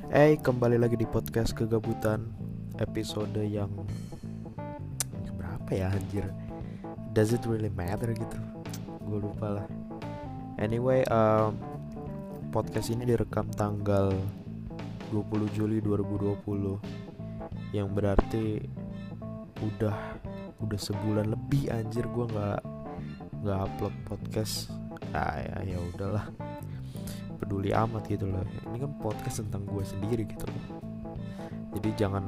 Kembali lagi di podcast kegabutan, episode yang berapa ya anjir? Does it really matter gitu? Gue lupa lah. Anyway, podcast ini direkam tanggal 20 Juli 2020, yang berarti udah sebulan lebih anjir gue nggak upload podcast. Ya udahlah, peduli amat gitu loh. Ini kan podcast tentang gue sendiri gitu loh. Jadi jangan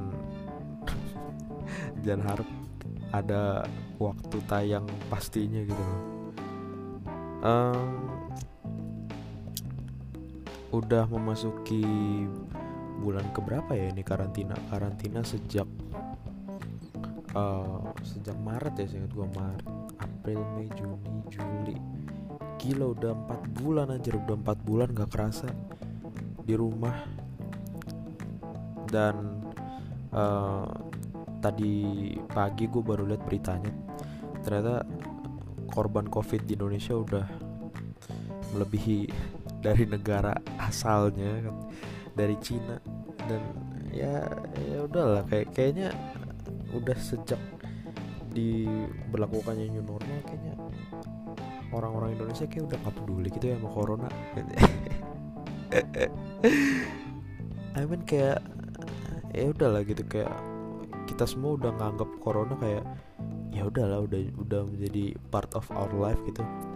harap ada waktu tayang pastinya gitu loh. Udah memasuki bulan keberapa ya ini karantina sejak Maret ya, seingat gue Maret, April, Mei, Juni, Juli. Gila, udah 4 bulan anjir, udah 4 bulan gak kerasa di rumah. Dan tadi pagi gue baru lihat beritanya, ternyata korban COVID di Indonesia udah melebihi dari negara asalnya kan, dari Cina. Dan ya udahlah, kayaknya udah sejak diberlakukannya new normal, kayaknya orang-orang Indonesia kayak udah gak peduli gitu ya sama corona. I mean kayak ya udahlah gitu, kayak kita semua udah nganggap corona kayak ya udahlah, udah menjadi part of our life gitu.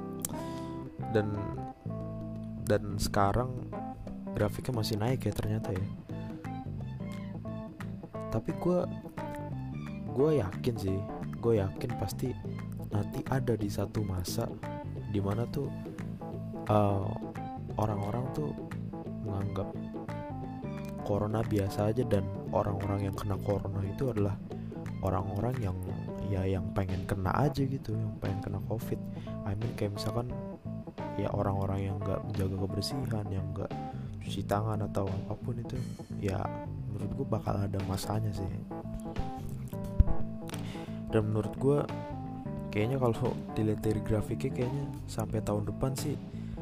Dan sekarang grafiknya masih naik ya ternyata ya. Tapi gue yakin pasti nanti ada di satu masa dimana tuh orang-orang tuh menganggap corona biasa aja, dan orang-orang yang kena corona itu adalah orang-orang yang pengen kena aja gitu, yang pengen kena COVID. I mean kayak misalkan ya orang-orang yang nggak menjaga kebersihan, yang nggak cuci tangan atau apapun itu, ya menurut gue bakal ada masanya sih. Dan menurut gue kayaknya kalau dilihat dari grafiknya, kayaknya sampai tahun depan sih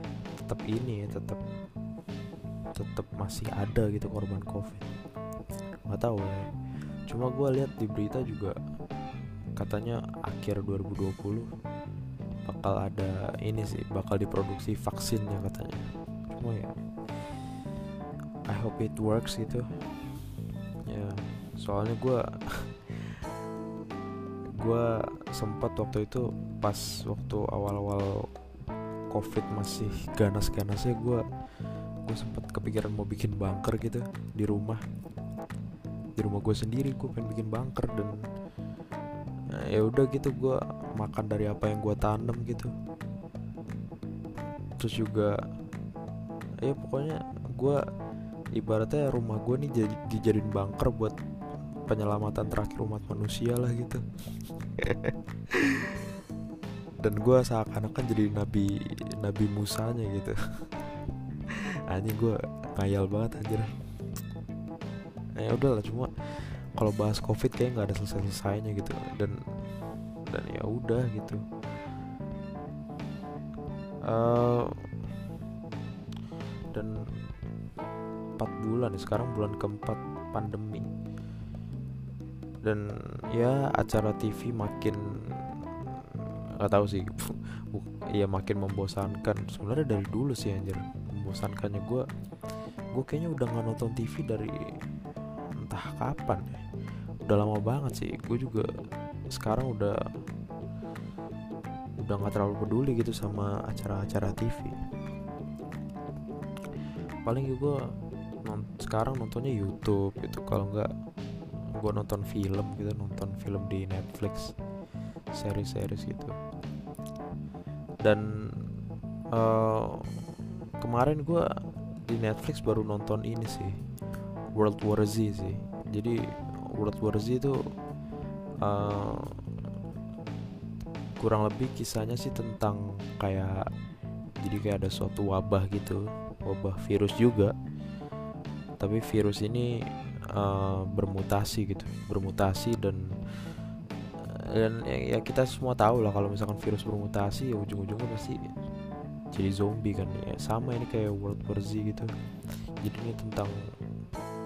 tetap masih ada gitu korban COVID. Nggak tahu ya. Cuma gue lihat di berita juga katanya akhir 2020 bakal diproduksi vaksinnya katanya. Cuma ya I hope it works gitu ya. Soalnya gue sempat waktu itu, pas waktu awal-awal COVID masih ganas-ganasnya, gue sempat kepikiran mau bikin bunker gitu di rumah gue sendiri. Gue pengen bikin bunker, dan ya udah gitu, gue makan dari apa yang gue tanam gitu. Terus juga ya pokoknya gue ibaratnya rumah gue nih dijadiin bunker buat penyelamatan terakhir umat manusia lah gitu. Dan gue seakan-akan jadi nabi Musanya gitu. Anjing, gue ngayal banget anjir. Ya udahlah, cuma kalau bahas COVID kayak nggak ada selesai-selesainya gitu. Dan ya udah gitu. Dan 4 bulan, sekarang bulan keempat pandemi. Dan ya acara TV makin nggak tahu sih, ya makin membosankan. Sebenarnya dari dulu sih anjir membosankannya. Gue kayaknya udah nggak nonton TV dari entah kapan ya. Udah lama banget sih. Gue juga sekarang udah nggak terlalu peduli gitu sama acara-acara TV. Paling juga sekarang nontonnya YouTube gitu. Kalau nggak gue nonton film di Netflix, series gitu. Dan kemarin gue di Netflix baru nonton ini sih, World War Z sih. Jadi World War Z itu kurang lebih kisahnya sih tentang kayak ada suatu wabah gitu, wabah virus juga. Tapi virus ini bermutasi dan ya kita semua tahu lah kalau misalkan virus bermutasi ya ujung-ujungnya pasti jadi zombie kan ya. Sama ini kayak World War Z gitu. Jadi ini tentang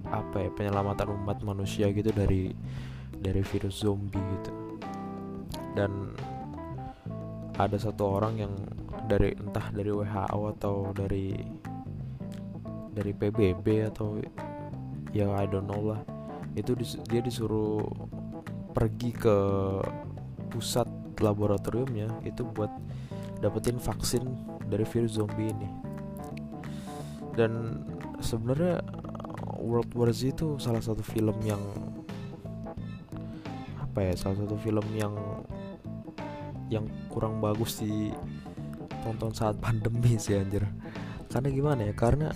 penyelamatan umat manusia gitu dari virus zombie gitu. Dan ada satu orang yang entah dari WHO atau dari PBB atau ya I don't know lah, itu dia disuruh pergi ke pusat laboratoriumnya itu buat dapetin vaksin dari virus zombie ini. Dan sebenarnya World War Z itu salah satu film yang kurang bagus ditonton saat pandemi sih anjir. Karena gimana ya, karena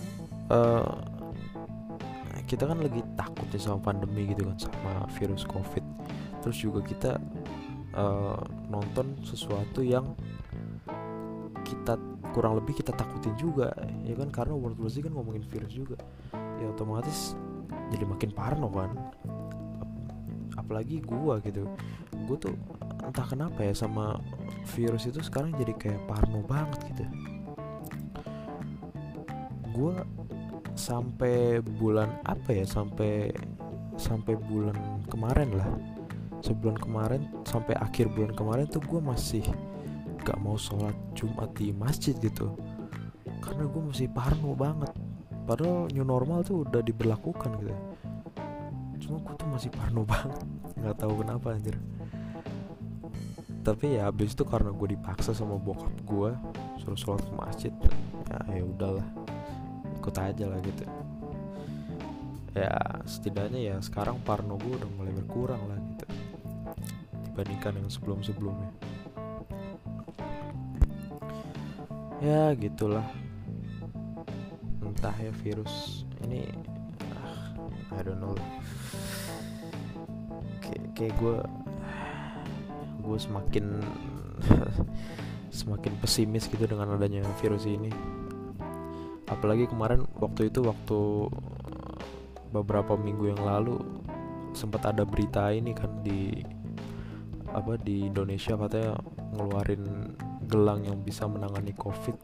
kita kan lagi takut nih sama pandemi gitu kan, sama virus COVID. Terus juga kita nonton sesuatu yang kita kurang lebih kita takutin juga ya kan, karena World War Z kan ngomongin virus juga ya, otomatis jadi makin parno kan. Apalagi gue tuh entah kenapa ya sama virus itu sekarang jadi kayak parno banget gitu. Gue sampai bulan sampai bulan kemarin lah, sebulan kemarin sampai akhir bulan kemarin tuh gue masih gak mau sholat Jumat di masjid gitu, karena gue masih parno banget. Padahal new normal tuh udah diberlakukan gitu, cuma gue tuh masih parno banget, nggak tahu kenapa anjir. Tapi ya abis itu karena gue dipaksa sama bokap gue suruh sholat ke masjid, ya udahlah, ikut aja lah gitu. Ya setidaknya ya sekarang parno gue udah mulai berkurang lah gitu dibandingkan yang sebelum-sebelumnya. Ya gitulah, entah ya virus ini I don't know. Kayak gue semakin pesimis gitu dengan adanya virus ini. Apalagi kemarin waktu beberapa minggu yang lalu sempat ada berita ini kan di Indonesia, katanya ngeluarin gelang yang bisa menangani COVID.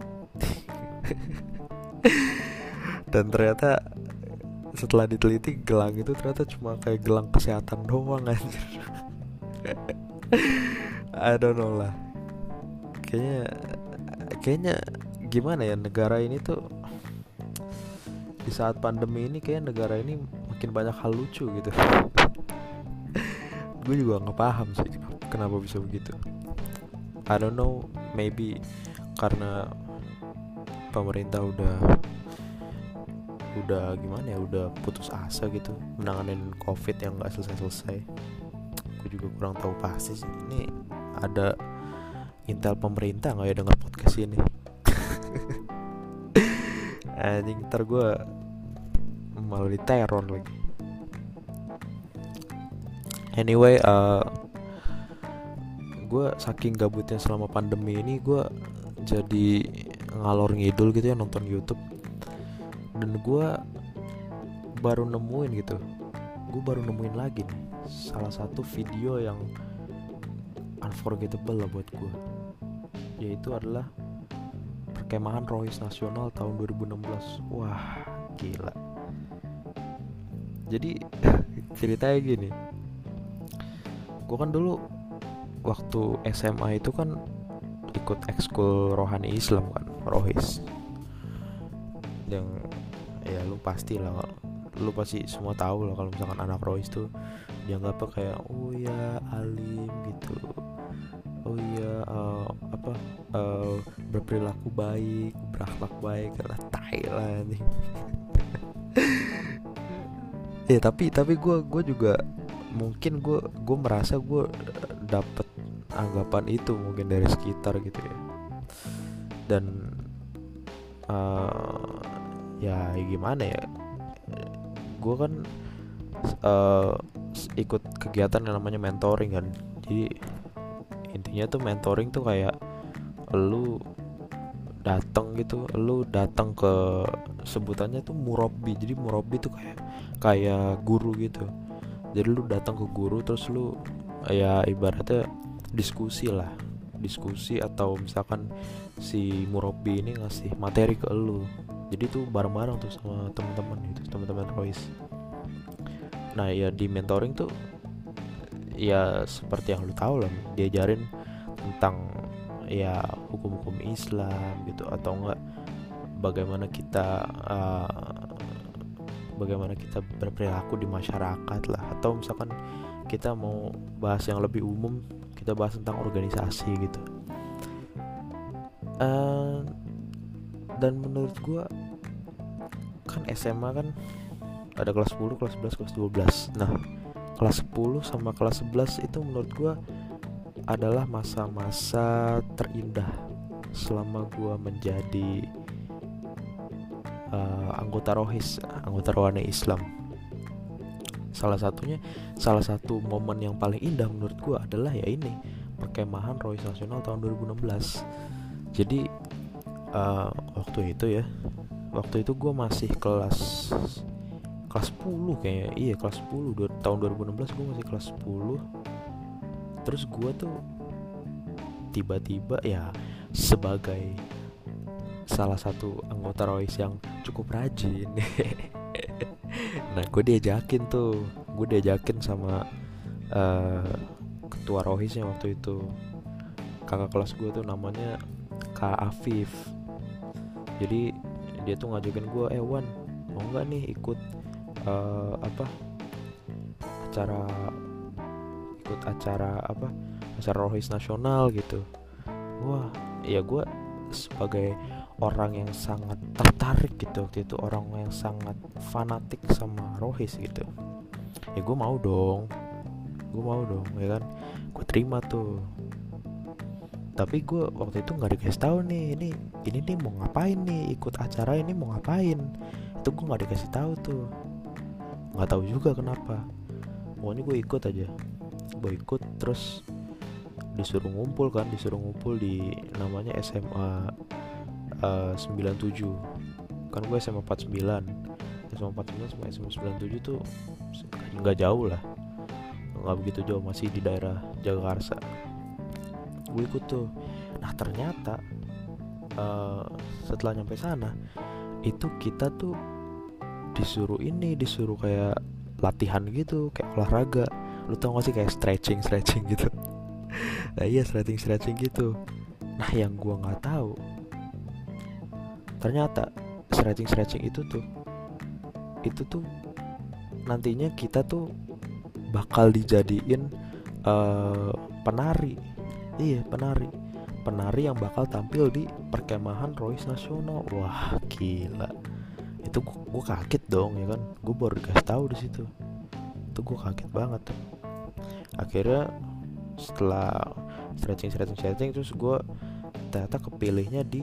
Dan ternyata setelah diteliti gelang itu ternyata cuma kayak gelang kesehatan doang anjir. I don't know lah. Kayaknya gimana ya, negara ini tuh di saat pandemi ini kayak negara ini makin banyak hal lucu gitu. Gue juga nggak paham sih kenapa bisa begitu. I don't know, maybe karena pemerintah udah gimana ya, udah putus asa gitu menanganin COVID yang nggak selesai. Gue juga kurang tahu pasti sih. Ini ada intel pemerintah nggak ya dengar podcast ini? Anjing, ntar gue malah diteror lagi. Anyway, gue saking gabutnya selama pandemi ini, gue jadi ngalor ngidul gitu ya nonton YouTube. Dan gue baru nemuin lagi nih salah satu video yang unforgettable lah buat gue, yaitu adalah perkemahan Rohis Nasional tahun 2016. Wah gila. Jadi ceritanya gini, gue kan dulu waktu SMA itu kan ikut ekskul rohani Islam kan, Rohis, yang ya lu pasti semua tahu lah kalau misalkan anak Rohis tuh dianggapnya kayak oh ya alim gitu, oh ya berperilaku baik, berakhlak baik, karena tai lah nih. Ya tapi gue juga mungkin gue merasa gue dapet anggapan itu mungkin dari sekitar gitu ya. Dan ya gimana ya, gue kan ikut kegiatan yang namanya mentoring kan. Jadi intinya tuh mentoring tuh kayak lu datang ke sebutannya tuh murabbi. Jadi murabbi tuh kayak guru gitu. Jadi lu datang ke guru, terus lu ya ibaratnya diskusi atau misalkan si murabbi ini ngasih materi ke lu. Jadi tuh bareng-bareng tuh sama teman-teman Rohis. Nah ya di mentoring tuh ya seperti yang lu tahu lah, diajarin tentang ya hukum-hukum Islam gitu, atau enggak bagaimana kita bagaimana kita berperilaku di masyarakat lah, atau misalkan kita mau bahas yang lebih umum, kita bahas tentang organisasi gitu. Dan menurut gue kan SMA kan ada kelas 10, kelas 11, kelas 12. Nah kelas 10 sama kelas 11 itu menurut gue adalah masa-masa terindah selama gue menjadi anggota ROHIS, anggota Rwanda Islam. Salah satu momen yang paling indah menurut gue adalah ya ini, perkemahan ROHIS Nasional tahun 2016. Jadi waktu itu gue masih kelas 10 kayaknya, iya kelas 10 tahun 2016 gue masih kelas 10. Terus gue tuh tiba-tiba ya sebagai salah satu anggota ROHIS yang cukup rajin nah gue diajakin sama ketua ROHISnya waktu itu, kakak kelas gue tuh namanya Kak Afif. Jadi dia tuh ngajakin gue, Wan mau nggak nih ikut acara ROHIS nasional gitu. Wah ya gue sebagai orang yang sangat tertarik gitu waktu itu, orang yang sangat fanatik sama ROHIS gitu, ya gue mau dong ya kan, gue terima tuh. Tapi gue waktu itu nggak dikasih tahu nih, ini nih mau ngapain nih, ikut acara ini mau ngapain, itu gue nggak dikasih tahu tuh, nggak tahu juga kenapa. Pokoknya gue ikut terus disuruh ngumpul di namanya SMA 97. Kan gue SMA 49 sama SMA 97 tuh nggak jauh lah, nggak begitu jauh, masih di daerah Jagakarsa. Gue ikut tuh. Nah ternyata setelah nyampe sana itu kita tuh disuruh kayak latihan gitu, kayak olahraga. Lu tau gak sih kayak stretching gitu. Nah iya stretching gitu. Nah yang gue nggak tahu, ternyata stretching itu tuh nantinya kita tuh bakal dijadiin penari yang bakal tampil di perkemahan ROHIS nasional. Wah gila, itu gue kaget dong ya kan, gue baru dikasih tahu di situ, itu gue kaget banget tuh. Akhirnya setelah stretching terus gue ternyata kepilihnya di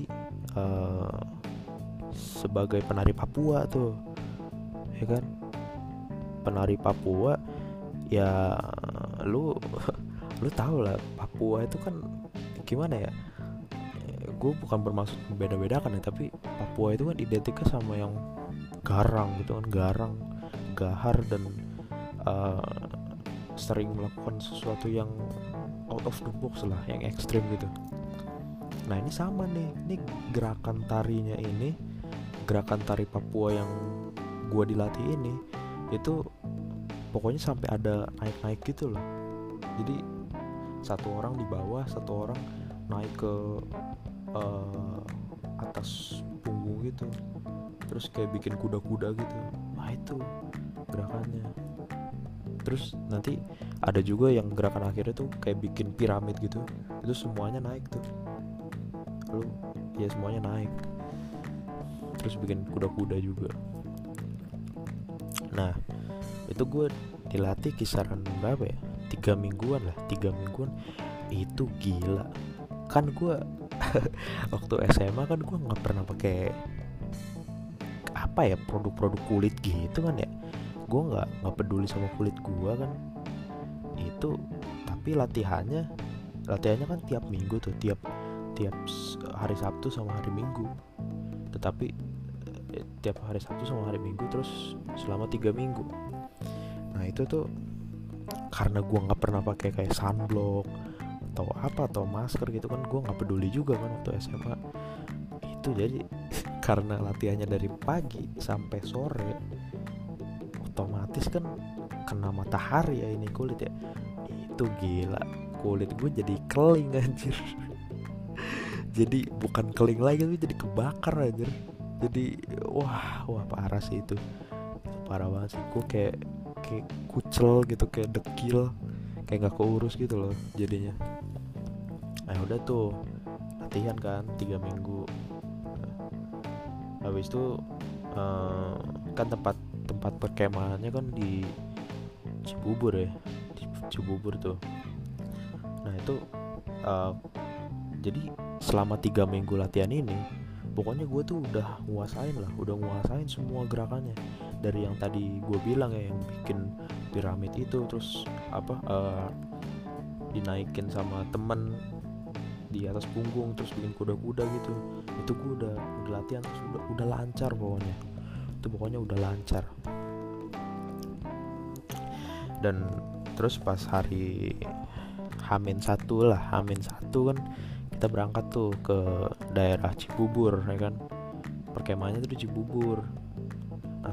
sebagai penari Papua tuh ya kan. Penari Papua ya lu tahu lah, Papua itu kan gimana ya, gue bukan bermaksud membeda-bedakan ya, tapi Papua itu kan identiknya sama yang garang gitu kan, gahar dan sering melakukan sesuatu yang out of the box lah, yang ekstrim gitu. Nah ini sama nih, ini gerakan tari Papua yang gue dilatih ini, itu pokoknya sampai ada naik gitu loh. Jadi satu orang di bawah, satu orang naik ke atas punggung gitu, terus kayak bikin kuda-kuda gitu. Nah itu gerakannya. Terus nanti ada juga yang gerakan akhirnya tuh kayak bikin piramid gitu, itu semuanya naik tuh. Lalu ya semuanya naik, terus bikin kuda-kuda juga. Nah itu gue dilatih kisaran berapa ya, 3 mingguan. Itu gila kan. Gue waktu SMA kan gue nggak pernah pakai produk-produk kulit gitu kan ya, gue nggak peduli sama kulit gue kan itu. Tapi latihannya kan tiap minggu tuh, tiap hari Sabtu sama hari Minggu. Tetapi tiap hari Sabtu sama hari Minggu terus selama 3 minggu. Nah itu tuh karena gue nggak pernah pakai kayak sunblock atau masker gitu kan, gue nggak peduli juga kan waktu SMA itu. Jadi karena latihannya dari pagi sampai sore, otomatis kan kena matahari ya ini kulit ya, itu gila, kulit gue jadi keling anjir. Jadi bukan keling lagi tapi jadi kebakar anjir. Jadi wah parah sih itu parah banget sih. Gue kayak kucel gitu, kayak dekil, kayak nggak keurus gitu loh jadinya. Nah udah tuh latihan kan 3 minggu. Habis itu kan tempat perkemahannya kan di Cibubur ya, di Cibubur tuh. Nah itu jadi selama 3 minggu latihan ini pokoknya gue tuh udah nguasain semua gerakannya. Dari yang tadi gue bilang ya, yang bikin piramid itu, terus dinaikin sama temen di atas punggung, terus bikin kuda-kuda gitu. Itu gue udah latihan, terus udah lancar pokoknya. Itu pokoknya udah lancar. Dan terus pas hari H-1 kan kita berangkat tuh ke daerah Cibubur ya kan. Perkemahannya tuh di Cibubur. Nah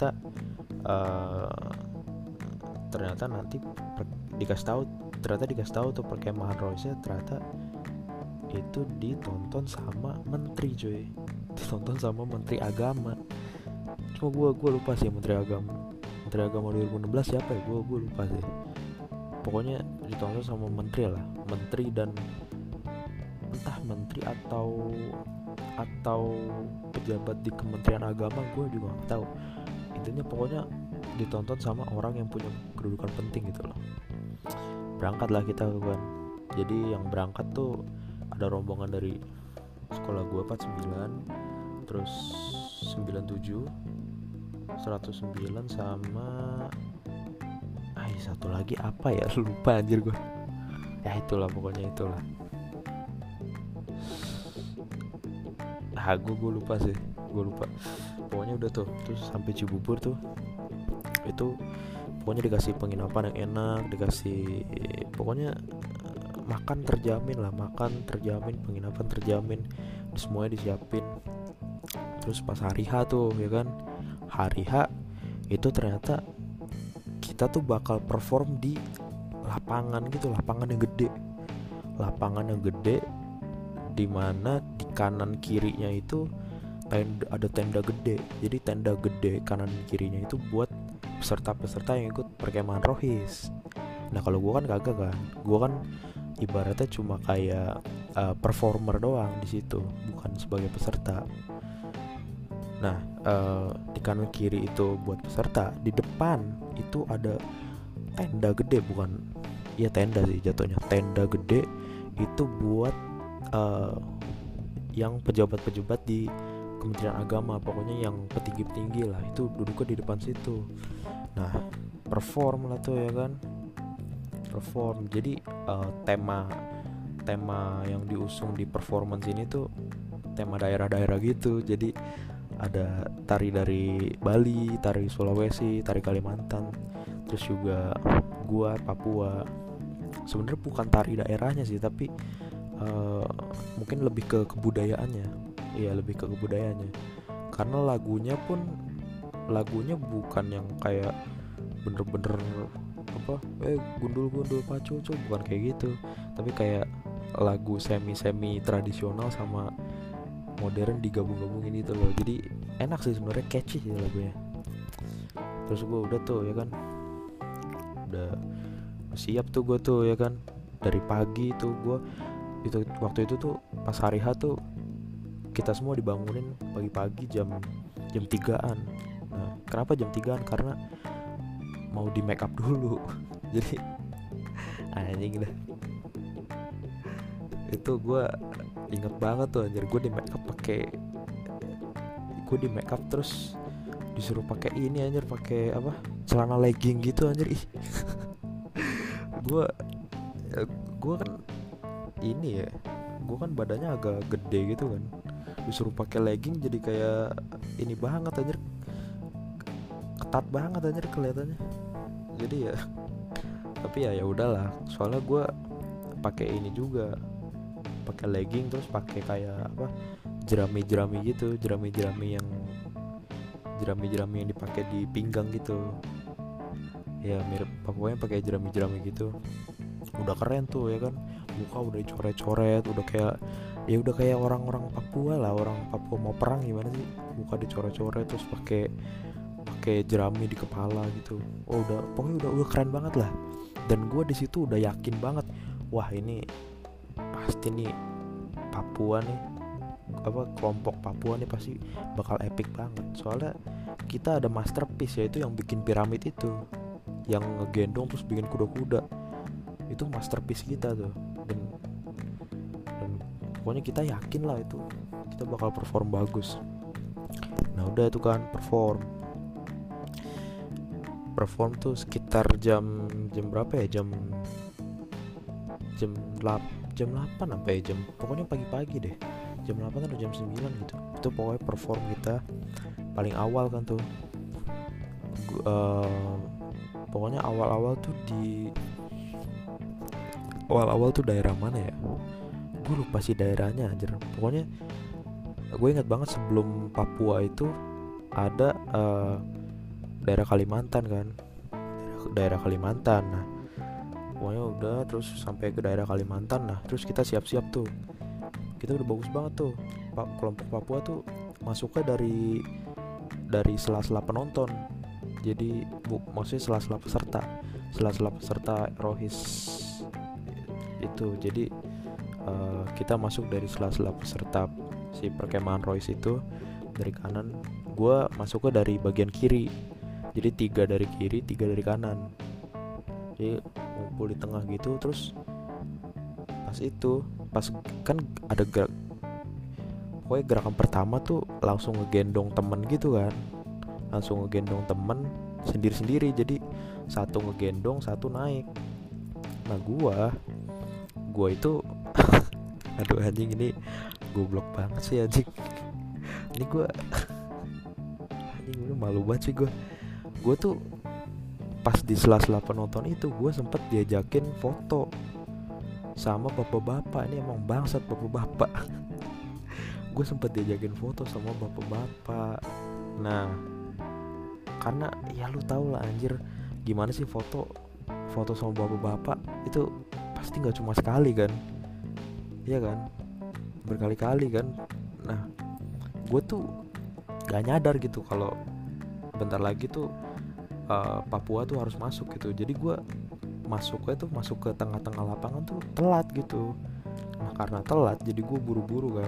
ternyata nanti dikasih tahu tuh perkemahan Royce ternyata itu ditonton sama menteri cuy. Ditonton sama menteri agama. Cuma gue lupa sih menteri agama 2016 siapa ya, gue lupa sih. Pokoknya ditonton sama menteri lah, menteri dan entah menteri atau pejabat di Kementerian Agama, gue juga nggak tahu. Intinya pokoknya ditonton sama orang yang punya kedudukan penting gitu loh. Berangkatlah kita kan. Jadi yang berangkat tuh ada rombongan dari sekolah gue 49, terus 97, 109 sama satu lagi apa ya, lupa anjir gue. Ya itulah pokoknya itulah. Gue lupa sih, pokoknya udah tuh. Terus sampai Cibubur tuh itu pokoknya dikasih penginapan yang enak, dikasih pokoknya makan terjamin, penginapan terjamin, semuanya disiapin. Terus pas hari H tuh ya kan, hari H itu ternyata kita tuh bakal perform di lapangan gitu, lapangan yang gede dimana di kanan kirinya itu ada tenda gede. Jadi tenda gede kanan kirinya itu buat peserta yang ikut perkemahan Rohis. Nah kalau gue kan kagak kan, gue kan ibaratnya cuma kayak performer doang di situ, bukan sebagai peserta. Nah di kanan kiri itu buat peserta, di depan itu ada tenda gede, bukan ya tenda sih jatuhnya, tenda gede itu buat yang pejabat-pejabat di Kementerian Agama, pokoknya yang petinggi-petinggi lah, itu duduknya di depan situ. Nah perform lah tuh ya kan, perform. Jadi tema yang diusung di performance ini tuh tema daerah-daerah gitu. Jadi ada tari dari Bali, tari Sulawesi, tari Kalimantan, terus juga gua Papua. Sebenarnya bukan tari daerahnya sih, tapi mungkin lebih ke kebudayaannya. Iya, lebih ke kebudayaannya. Karena lagunya bukan yang kayak bener-bener gundul-gundul pacu, bukan kayak gitu. Tapi kayak lagu semi tradisional sama modern digabung-gabungin itu loh. Jadi enak sih sebenarnya, catchy sih lagunya. Terus gue udah tuh ya kan, udah siap tuh gue tuh ya kan, dari pagi tuh gue itu, waktu itu tuh pas hari H tuh kita semua dibangunin pagi-pagi jam 3-an. Nah kenapa jam 3-an? Karena mau di make up dulu. Jadi anjing dah, itu gue inget banget tuh anjir, gue di make up terus disuruh pakai ini anjir, pakai apa, celana legging gitu anjir. gue kan ini ya, gue kan badannya agak gede gitu kan, disuruh pakai legging jadi kayak ini banget anjir, ketat banget anjir kelihatannya. Jadi ya tapi ya udahlah, soalnya gue pakai ini juga, pakai legging terus pakai kayak apa, jerami gitu, jerami yang dipakai di pinggang gitu ya mirip pokoknya pakai jerami-jerami gitu. Udah keren tuh ya kan, muka udah dicoret-coret, udah kayak orang-orang Papua lah, orang Papua mau perang gimana sih, muka dicoret-coret terus pakai jerami di kepala gitu. Pokoknya udah keren banget lah. Dan gue di situ udah yakin banget, wah ini pasti nih Papua nih, kelompok Papua nih pasti bakal epic banget. Soalnya kita ada masterpiece, yaitu yang bikin piramid itu, yang ngegendong terus bikin kuda-kuda. Itu masterpiece kita tuh. Dan pokoknya kita yakin lah itu kita bakal perform bagus. Nah udah itu kan perform tuh sekitar jam berapa ya, jam 8 sampai pokoknya pagi-pagi deh, jam 8 atau jam 9 gitu. Itu pokoknya perform kita paling awal kan tuh. Pokoknya awal-awal tuh daerah mana ya, gue lupa sih daerahnya anjir. Pokoknya gue ingat banget sebelum Papua itu ada daerah Kalimantan kan, daerah Kalimantan. Nah pokoknya udah terus sampai ke daerah Kalimantan. Nah terus kita siap-siap tuh, kita udah bagus banget tuh. Kelompok Papua tuh masuknya dari sela-sela penonton. Jadi maksudnya sela-sela peserta Rohis itu. Jadi kita masuk dari sela-sela peserta si perkemahan Rohis itu dari kanan. Gue masuknya dari bagian kiri. Jadi 3 dari kiri, 3 dari kanan. Jadi ngumpul di tengah gitu. Terus pas kan ada pokoknya gerakan pertama tuh langsung ngegendong temen gitu kan, langsung ngegendong temen sendiri-sendiri. Jadi satu ngegendong, satu naik. Nah gua itu aduh anjing, ini goblok banget sih anjing. Ini gua anjing, ini malu banget sih gua tuh pas di sela-sela penonton itu gue sempet diajakin foto sama bapak-bapak. Ini emang bangsat bapak-bapak. Gue sempet diajakin foto sama bapak-bapak. Nah karena ya lu tau lah anjir, gimana sih foto sama bapak-bapak itu pasti nggak cuma sekali kan, iya kan, berkali-kali kan. Nah gue tuh gak nyadar gitu kalau bentar lagi tuh Papua tuh harus masuk gitu. Jadi gue masuk ke tengah-tengah lapangan tuh telat gitu. Nah karena telat jadi gue buru-buru.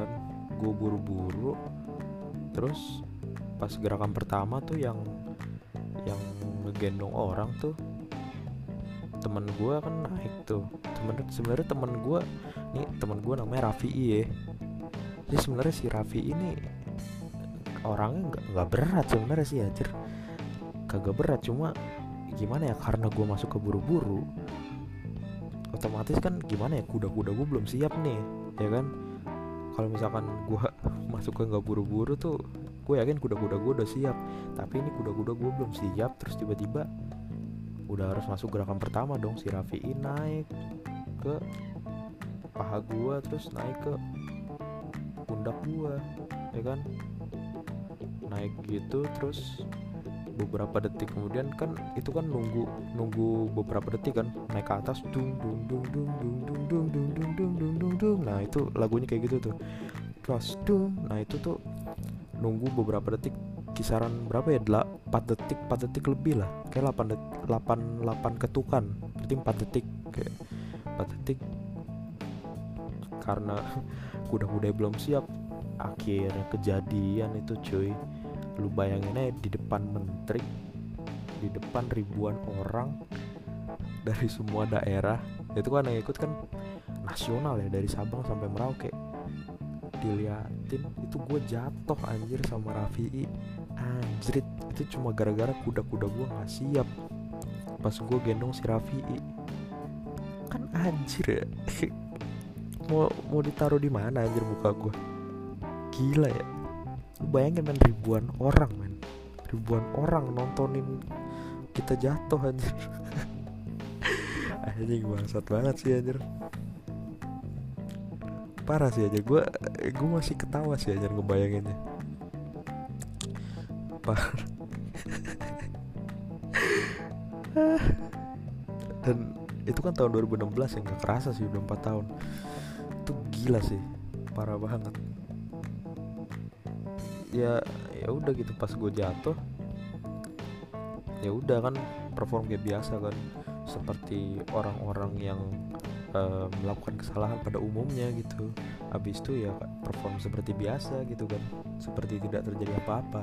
Terus pas gerakan pertama tuh yang ngegendong orang tuh temen gue kan naik tuh. Sebenarnya temen gue namanya Rafi'i ya. Jadi sebenarnya si Rafi'i ini orangnya nggak berat sebenarnya sih anjir, kagak berat. Cuma gimana ya, karena gue masuk ke buru-buru, otomatis kan gimana ya, kuda-kuda gue belum siap nih ya kan. Kalau misalkan gue masuk ke nggak buru-buru tuh gue yakin kuda-kuda gue udah siap, tapi ini kuda-kuda gue belum siap. Terus tiba-tiba udah harus masuk gerakan pertama dong. Si Rafi'i naik ke paha gue, terus naik ke pundak gue ya kan, naik gitu. Terus beberapa detik kemudian kan itu kan nunggu beberapa detik kan, naik ke atas dung dung dung dung dung dung dung dung dung dung dung dung dung. Nah itu lagunya kayak gitu tuh, terus dung. Nah itu tuh nunggu beberapa detik, kisaran berapa ya, 4 detik lebih lah, kayak 8 ketukan, berarti 4 detik, kayak 4 detik. Karena kuda-kuda belum siap, akhirnya kejadian itu cuy. Lu bayangin aja, di depan menteri, di depan ribuan orang dari semua daerah. Itu kan yang ikut kan nasional ya, dari Sabang sampai Merauke. Diliatin itu gue jatuh anjir sama Rafi'i, anjrit. Itu cuma gara-gara kuda-kuda gue gak siap pas gue gendong si Rafi'i. Kan anjir ya. mau ditaruh di mana anjir muka gue, gila ya. Lu bayangin men, ribuan orang nontonin kita jatuh anjir. Anjing bangsat banget sih anjir, parah sih aja. Gue masih ketawa sih anjir ngebayanginnya, parah. Dan itu kan tahun 2016 ya, nggak kerasa sih udah 4 tahun. Itu gila sih, parah banget. Ya udah gitu, pas gue jatuh ya udah kan perform kayak biasa kan, seperti orang-orang yang melakukan kesalahan pada umumnya gitu. Habis itu ya perform seperti biasa gitu kan, seperti tidak terjadi apa-apa.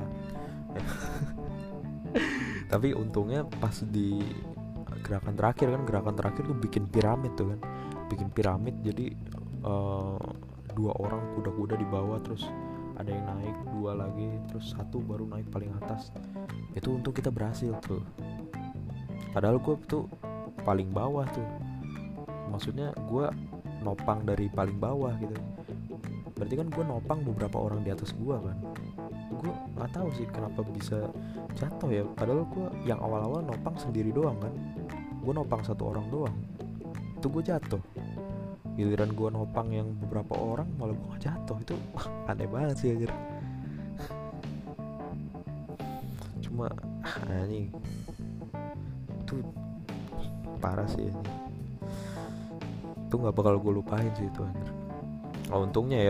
Tapi untungnya pas di gerakan terakhir tuh bikin piramid tuh kan, bikin piramid. Jadi dua orang kuda-kuda di bawah, terus ada yang naik, dua lagi, terus satu baru naik paling atas. Itu untung kita berhasil tuh, padahal gue tuh paling bawah tuh, maksudnya gue nopang dari paling bawah gitu. Berarti kan gue nopang beberapa orang di atas gue kan. Gue nggak tahu sih kenapa bisa jatuh ya, padahal gue yang awal-awal nopang sendiri doang kan. Gue nopang satu orang doang, itu gue jatuh. Giliran gue nopang yang beberapa orang malah gue gak jatuh. Itu aneh banget sih anjir. Cuma anjing itu parah sih anjir. Itu gak bakal gue lupain sih itu anjir. Untungnya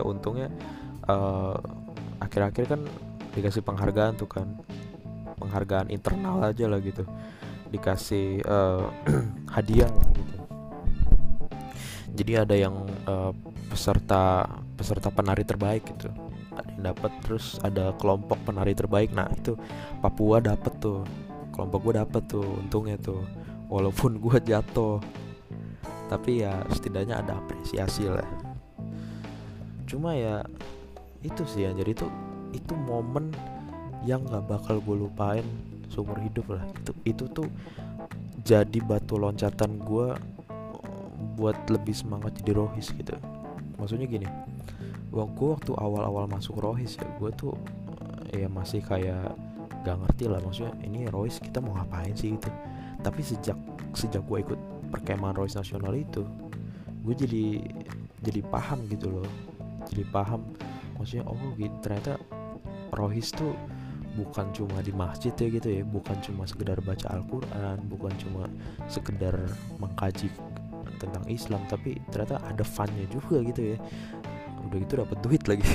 akhir-akhir kan dikasih penghargaan tuh kan, penghargaan internal aja lah gitu, dikasih hadiah lah gitu. Jadi ada yang peserta penari terbaik gitu, ada yang dapat. Terus ada kelompok penari terbaik. Nah itu Papua dapat tuh, kelompok gue dapat tuh untungnya tuh, walaupun gue jatuh. Tapi ya setidaknya ada apresiasi lah. Cuma ya itu sih ya, jadi itu momen yang gak bakal gue lupain seumur hidup lah. Itu tuh jadi batu loncatan gue buat lebih semangat jadi rohis gitu. Maksudnya gini, waktu awal-awal masuk rohis ya, gue tuh ya masih kayak gak ngerti lah, maksudnya ini rohis kita mau ngapain sih gitu. Tapi sejak gue ikut perkemahan rohis nasional itu, gue jadi paham gitu loh. Jadi paham, maksudnya gitu, ternyata rohis tuh bukan cuma di masjid ya gitu ya, bukan cuma sekedar baca Al-Quran, bukan cuma sekedar mengkaji tentang Islam, tapi ternyata ada funnya juga gitu ya. Udah gitu dapat duit lagi.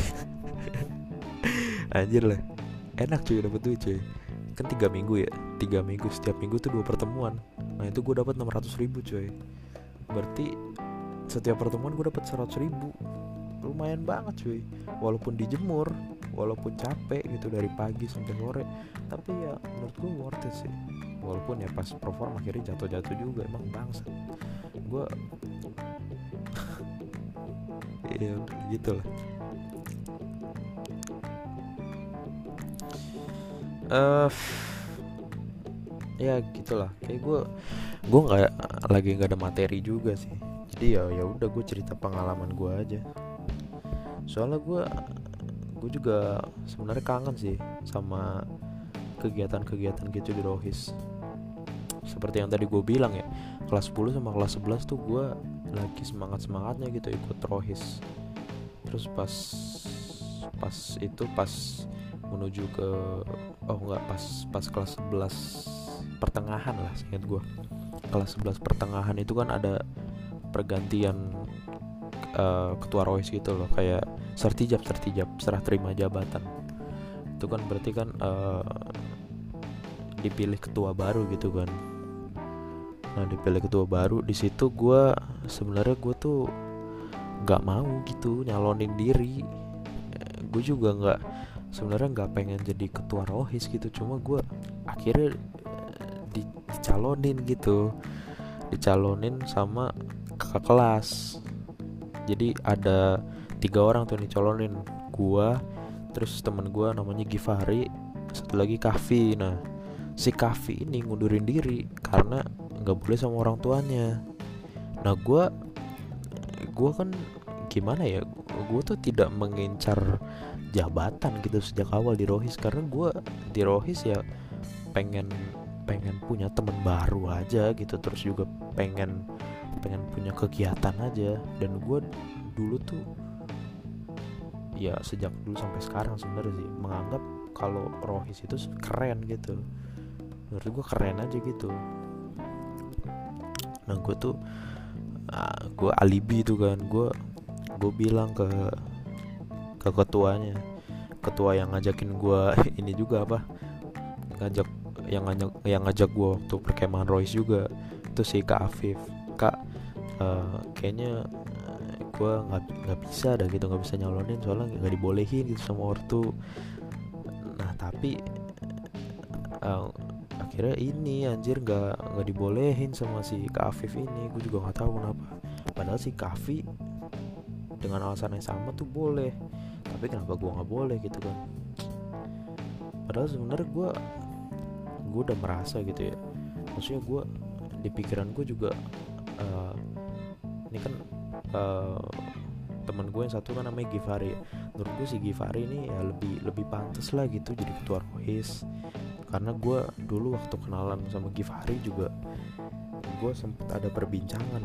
Anjir lah, enak cuy dapat duit cuy. Kan 3 minggu ya, 3 minggu, setiap minggu tuh 2 pertemuan. Nah itu gue dapat 600.000 cuy. Berarti setiap pertemuan gue dapat 100.000. Lumayan banget cuy, walaupun dijemur, walaupun capek gitu dari pagi sampai sore, tapi ya menurut gue worth it sih. Walaupun ya pas perform akhirnya jatuh juga, emang bangsa gue. Ya udah gitu lah. Ya gitulah, kayak gue nggak ada materi juga sih. Jadi ya udah gue cerita pengalaman gue aja. Soalnya gue juga sebenarnya kangen sih sama kegiatan-kegiatan gitu di rohis. Seperti yang tadi gue bilang ya, kelas 10 sama kelas 11 tuh gue lagi semangat-semangatnya gitu ikut rohis. Terus pas menuju ke pas kelas 11 pertengahan lah, ingat gue kelas 11 pertengahan itu kan ada pergantian ketua rohis gitu loh, kayak sertijab serah terima jabatan. Itu kan berarti kan dipilih ketua baru gitu kan. Nah dipilih ketua baru, di situ gue sebenarnya tuh nggak mau gitu nyalonin diri. Gue juga sebenarnya nggak pengen jadi ketua rohis gitu, cuma gue akhirnya dicalonin sama kakak kelas. Jadi ada 3 orang tuh dicalonin, gue, terus temen gue namanya Gifari, satu lagi Kahfi. Nah si Kahfi ini ngundurin diri karena nggak boleh sama orang tuanya. Nah gue kan gimana ya, gue tuh tidak mengincar jabatan gitu sejak awal di rohis, karena gue di rohis ya pengen punya teman baru aja gitu, terus juga pengen punya kegiatan aja. Dan gue dulu tuh ya sejak dulu sampai sekarang sebenarnya sih menganggap kalau rohis itu keren gitu. Menurut gue keren aja gitu. Nah gue alibi tuh kan, gue bilang ke ketuanya, ketua yang ngajakin gue ini juga apa, ngajak yang ngajak gue waktu perkemahan Royce juga, itu si Kak Afif. Kak, kayaknya gue nggak bisa dah gitu, nggak bisa nyalonin soalnya nggak dibolehin gitu sama ortu. Nah tapi akhirnya ini anjir nggak dibolehin sama si Kak Afif ini. Gue juga nggak tahu kenapa, padahal si Kak Afif dengan alasan yang sama tuh boleh, tapi kenapa gue nggak boleh gitu kan. Padahal sebenarnya gue udah merasa gitu ya, maksudnya gue di pikiran gue juga ini kan teman gue yang satu kan namanya Givari. Menurut gue si Givari ini ya lebih pantas lah gitu jadi ketua Rohis, karena gue dulu waktu kenalan sama Givari juga gue sempet ada perbincangan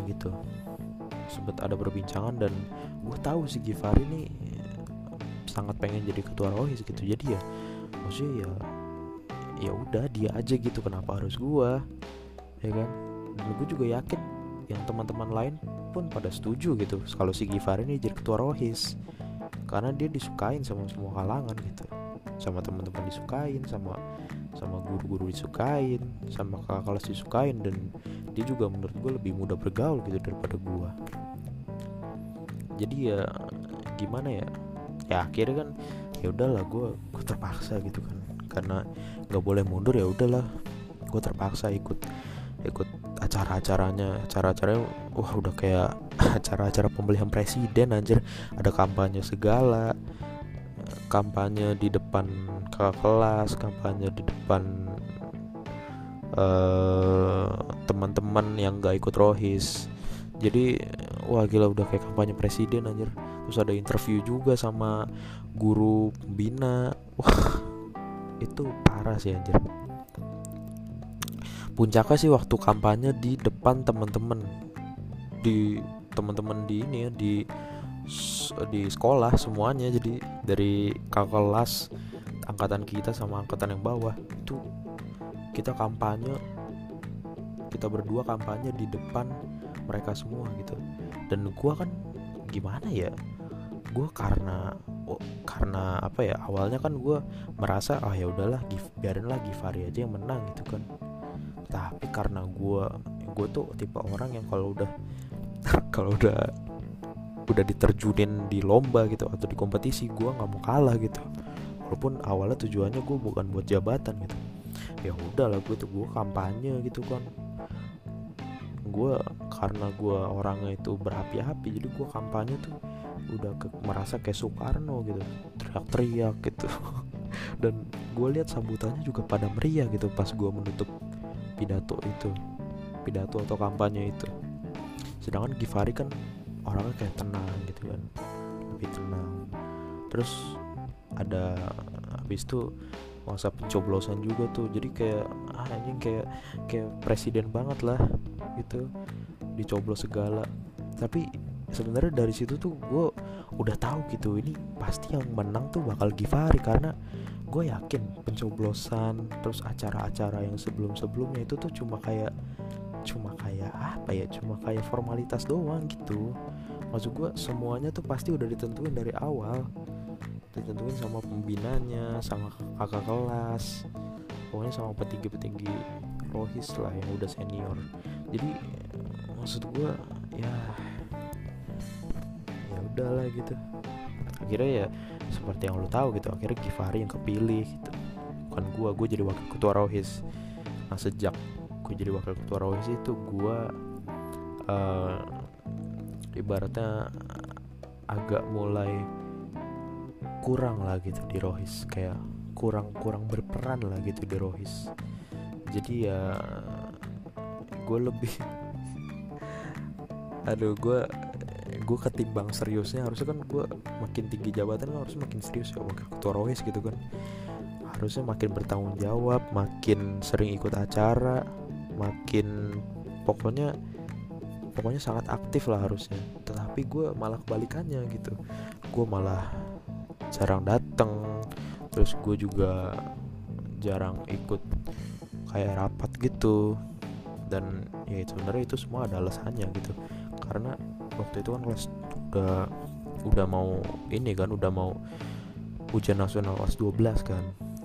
dan gue tahu si Givari ini sangat pengen jadi ketua Rohis gitu. Jadi ya maksudnya ya udah dia aja gitu, kenapa harus gue, ya kan. Dan gue juga yakin yang teman-teman lain pun pada setuju gitu kalau si Givari ini jadi ketua Rohis, karena dia disukain sama semua kalangan gitu, sama teman-teman disukain, sama guru-guru disukain, sama kakak kelas disukain, dan dia juga menurut gue lebih mudah bergaul gitu daripada gue. Jadi ya gimana ya akhirnya kan ya udahlah gue terpaksa gitu kan, karena nggak boleh mundur, ya udahlah gue terpaksa ikut acara-acaranya. Wah udah kayak acara-acara pemilihan presiden anjir, ada kampanye segala, kampanye di depan kakak kelas, kampanye di depan teman-teman yang gak ikut Rohis. Jadi wah gila, udah kayak kampanye presiden anjir. Terus ada interview juga sama guru pembina. Wah itu parah sih anjir. Puncaknya sih waktu kampanye di depan teman-teman di ini ya, di sekolah semuanya. Jadi dari kakak kelas angkatan kita sama angkatan yang bawah itu kita berdua kampanye di depan mereka semua gitu. Dan gue kan gimana ya, gue karena apa ya, awalnya kan gue merasa ya udahlah biarinlah Givari aja yang menang gitu kan. Tapi karena gue tuh tipe orang yang kalau udah diterjunin di lomba gitu atau di kompetisi, gue nggak mau kalah gitu, walaupun awalnya tujuannya gue bukan buat jabatan gitu. Ya udahlah gue kampanye gitu kan. Karena gue orangnya itu berapi-api, jadi gue kampanye tuh udah merasa kayak Soekarno gitu, teriak-teriak gitu. Dan gue lihat sambutannya juga pada meriah gitu pas gue menutup pidato atau kampanye itu. Sedangkan Givari kan orangnya kayak tenang gitu kan, lebih tenang. Terus ada habis itu masa pencoblosan juga tuh, jadi kayak anjing kayak presiden banget lah gitu, dicoblos segala. Tapi sebenarnya dari situ tuh gue udah tahu gitu, ini pasti yang menang tuh bakal Givari, karena gue yakin pencoblosan terus acara-acara yang sebelumnya itu tuh cuma kayak apa ya, cuma kayak formalitas doang gitu. Maksud gue semuanya tuh pasti udah ditentuin dari awal, ditentuin sama pembinanya, sama kakak kelas, pokoknya sama petinggi Rohis lah yang udah senior. Jadi maksud gue ya udahlah gitu. Akhirnya ya seperti yang lo tahu gitu, akhirnya Givari yang kepilih gitu, bukan gue jadi wakil ketua Rohis. Nah sejak gue jadi wakil ketua Rohis itu gue ibaratnya agak mulai kurang lah gitu di Rohis, kayak kurang berperan lah gitu di Rohis. Jadi ya gue lebih gue ketimbang seriusnya, harusnya kan gue makin tinggi jabatan kan harusnya makin serius ya wakil ketua Rohis gitu kan, harusnya makin bertanggung jawab, makin sering ikut acara, makin pokoknya sangat aktif lah harusnya. Tetapi gue malah kebalikannya gitu, gue malah jarang dateng, terus gue juga jarang ikut kayak rapat gitu, Dan ya itu sebenarnya itu semua ada alasannya gitu. Karena waktu itu kan kelas udah mau ini kan, udah mau ujian nasional kelas 12 kan.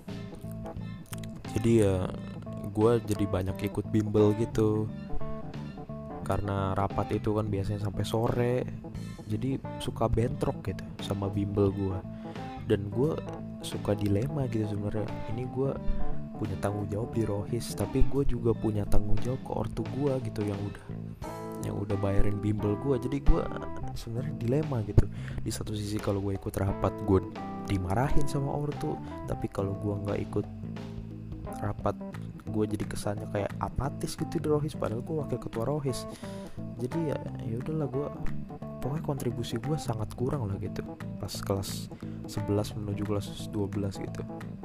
Jadi ya gue jadi banyak ikut bimbel gitu. Karena rapat itu kan biasanya sampai sore, jadi suka bentrok gitu sama bimbel gue. Dan gue suka dilema gitu sebenarnya. Ini gue punya tanggung jawab di Rohis, tapi gue juga punya tanggung jawab ke ortu gue gitu yang udah bayarin bimbel gue. Jadi gue sebenarnya dilema gitu. Di satu sisi kalau gue ikut rapat gue dimarahin sama ortu, tapi kalau gue nggak ikut rapat gue jadi kesannya kayak apatis gitu di Rohis, padahal gue wakil ketua Rohis. Jadi ya udahlah, gue pokoknya kontribusi gue sangat kurang lah gitu pas kelas 11 menuju kelas 12 gitu.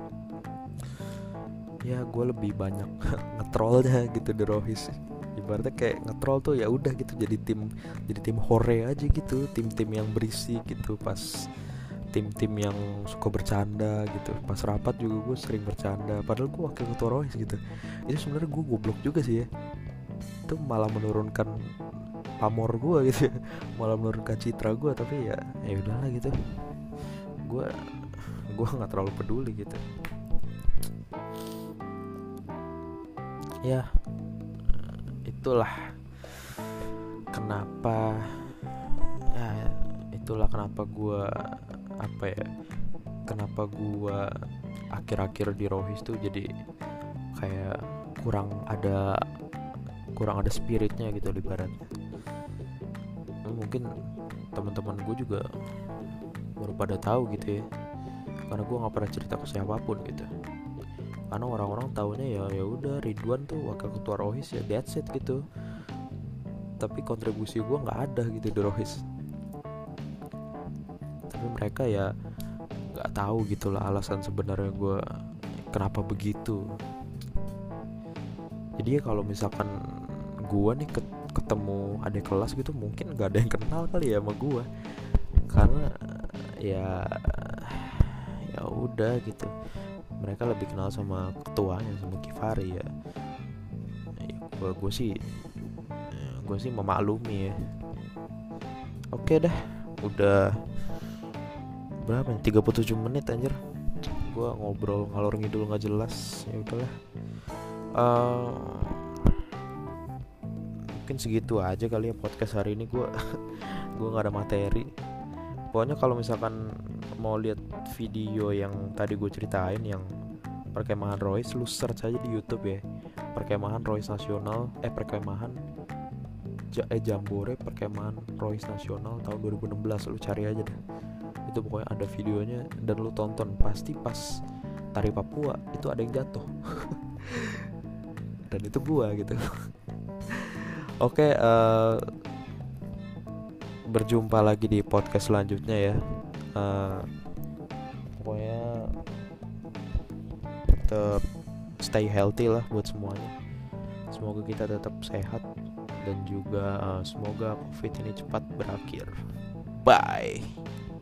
Ya gue lebih banyak ngetrollnya gitu di Rohis. Ibaratnya kayak ngetroll tuh ya udah gitu, jadi tim hore aja gitu, tim yang berisi gitu, pas tim yang suka bercanda gitu. Pas rapat juga gue sering bercanda, padahal gue wakil ketua Rohis gitu. Itu sebenarnya gue goblok juga sih ya. Itu malah menurunkan pamor gue gitu, malah menurunkan citra gue. Tapi ya udahlah gitu. Gue nggak terlalu peduli gitu. Ya itulah kenapa gue kenapa gue akhir-akhir di Rohis tuh jadi kayak kurang ada spiritnya gitu ibaratnya. Mungkin teman-teman gue juga baru pada tahu gitu ya, karena gue nggak pernah cerita ke siapapun gitu. Karena orang-orang taunya ya udah Ridwan tuh wakil ketua Rohis, ya that's it gitu. Tapi kontribusi gue nggak ada gitu di Rohis. Tapi mereka ya nggak tahu gitulah alasan sebenarnya gue kenapa begitu. Jadi ya kalau misalkan gue nih ketemu adik kelas gitu, mungkin nggak ada yang kenal kali ya sama gue, karena ya udah gitu. Mereka lebih kenal sama ketuanya, sama Kifari ya. Gue sih memaklumi ya. Oke dah, udah berapa nih? 37 menit anjir. Gue ngobrol ngalor ngidul nggak jelas. Ya udahlah. Mungkin segitu aja kali ya podcast hari ini. Gue nggak ada materi. Pokoknya kalau misalkan mau lihat video yang tadi gue ceritain, yang perkemahan Rohis, lu search aja di YouTube ya, perkemahan Rohis Nasional, Jambore perkemahan Rohis Nasional tahun 2016. Lu cari aja deh, itu pokoknya ada videonya, dan lu tonton. Pasti pas tari Papua itu ada yang jatuh dan itu gua gitu. Oke, berjumpa lagi di podcast selanjutnya ya. Pokoknya tetap stay healthy lah buat semuanya. Semoga kita tetap sehat, dan juga semoga COVID ini cepat berakhir. Bye.